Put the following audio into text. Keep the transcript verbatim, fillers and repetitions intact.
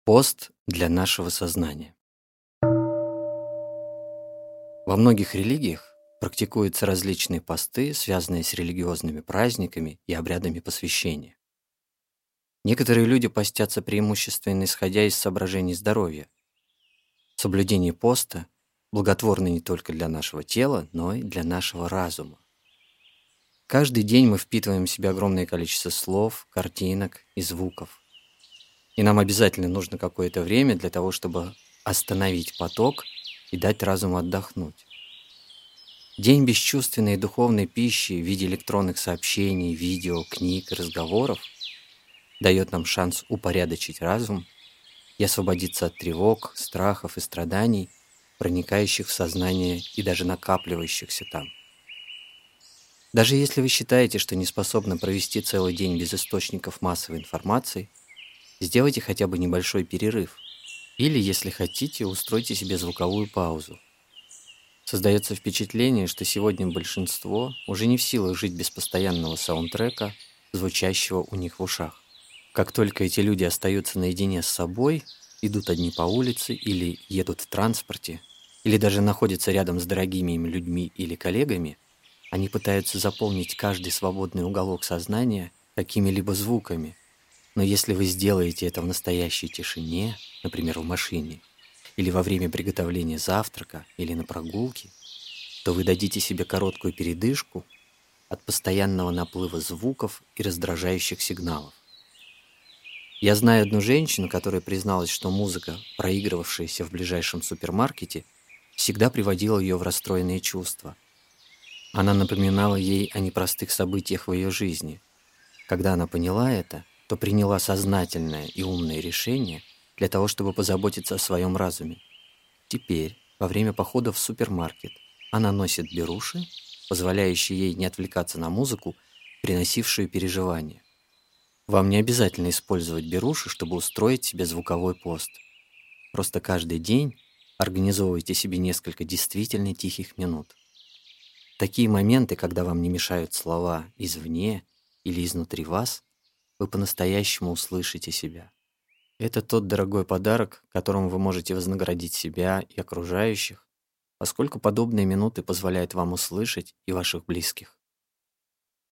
Пост для нашего сознания. Во многих религиях практикуются различные посты, связанные с религиозными праздниками и обрядами посвящения. Некоторые люди постятся преимущественно исходя из соображений здоровья. Соблюдение поста благотворно не только для нашего тела, но и для нашего разума. Каждый день мы впитываем в себя огромное количество слов, картинок и звуков. И нам обязательно нужно какое-то время для того, чтобы остановить поток и дать разуму отдохнуть. День бесчувственной и духовной пищи в виде электронных сообщений, видео, книг и разговоров дает нам шанс упорядочить разум и освободиться от тревог, страхов и страданий, проникающих в сознание и даже накапливающихся там. Даже если вы считаете, что не способны провести целый день без источников массовой информации, сделайте хотя бы небольшой перерыв. Или, если хотите, устройте себе звуковую паузу. Создается впечатление, что сегодня большинство уже не в силах жить без постоянного саундтрека, звучащего у них в ушах. Как только эти люди остаются наедине с собой, идут одни по улице или едут в транспорте, или даже находятся рядом с дорогими им людьми или коллегами, они пытаются заполнить каждый свободный уголок сознания какими-либо звуками. Но если вы сделаете это в настоящей тишине, например, в машине, или во время приготовления завтрака, или на прогулке, то вы дадите себе короткую передышку от постоянного наплыва звуков и раздражающих сигналов. Я знаю одну женщину, которая призналась, что музыка, проигрывавшаяся в ближайшем супермаркете, всегда приводила ее в расстроенные чувства. Она напоминала ей о непростых событиях в ее жизни. Когда она поняла это, то приняла сознательное и умное решение для того, чтобы позаботиться о своем разуме. Теперь, во время похода в супермаркет, она носит беруши, позволяющие ей не отвлекаться на музыку, приносившую переживания. Вам не обязательно использовать беруши, чтобы устроить себе звуковой пост. Просто каждый день организовывайте себе несколько действительно тихих минут. Такие моменты, когда вам не мешают слова извне или изнутри вас, вы по-настоящему услышите себя. Это тот дорогой подарок, которым вы можете вознаградить себя и окружающих, поскольку подобные минуты позволяют вам услышать и ваших близких.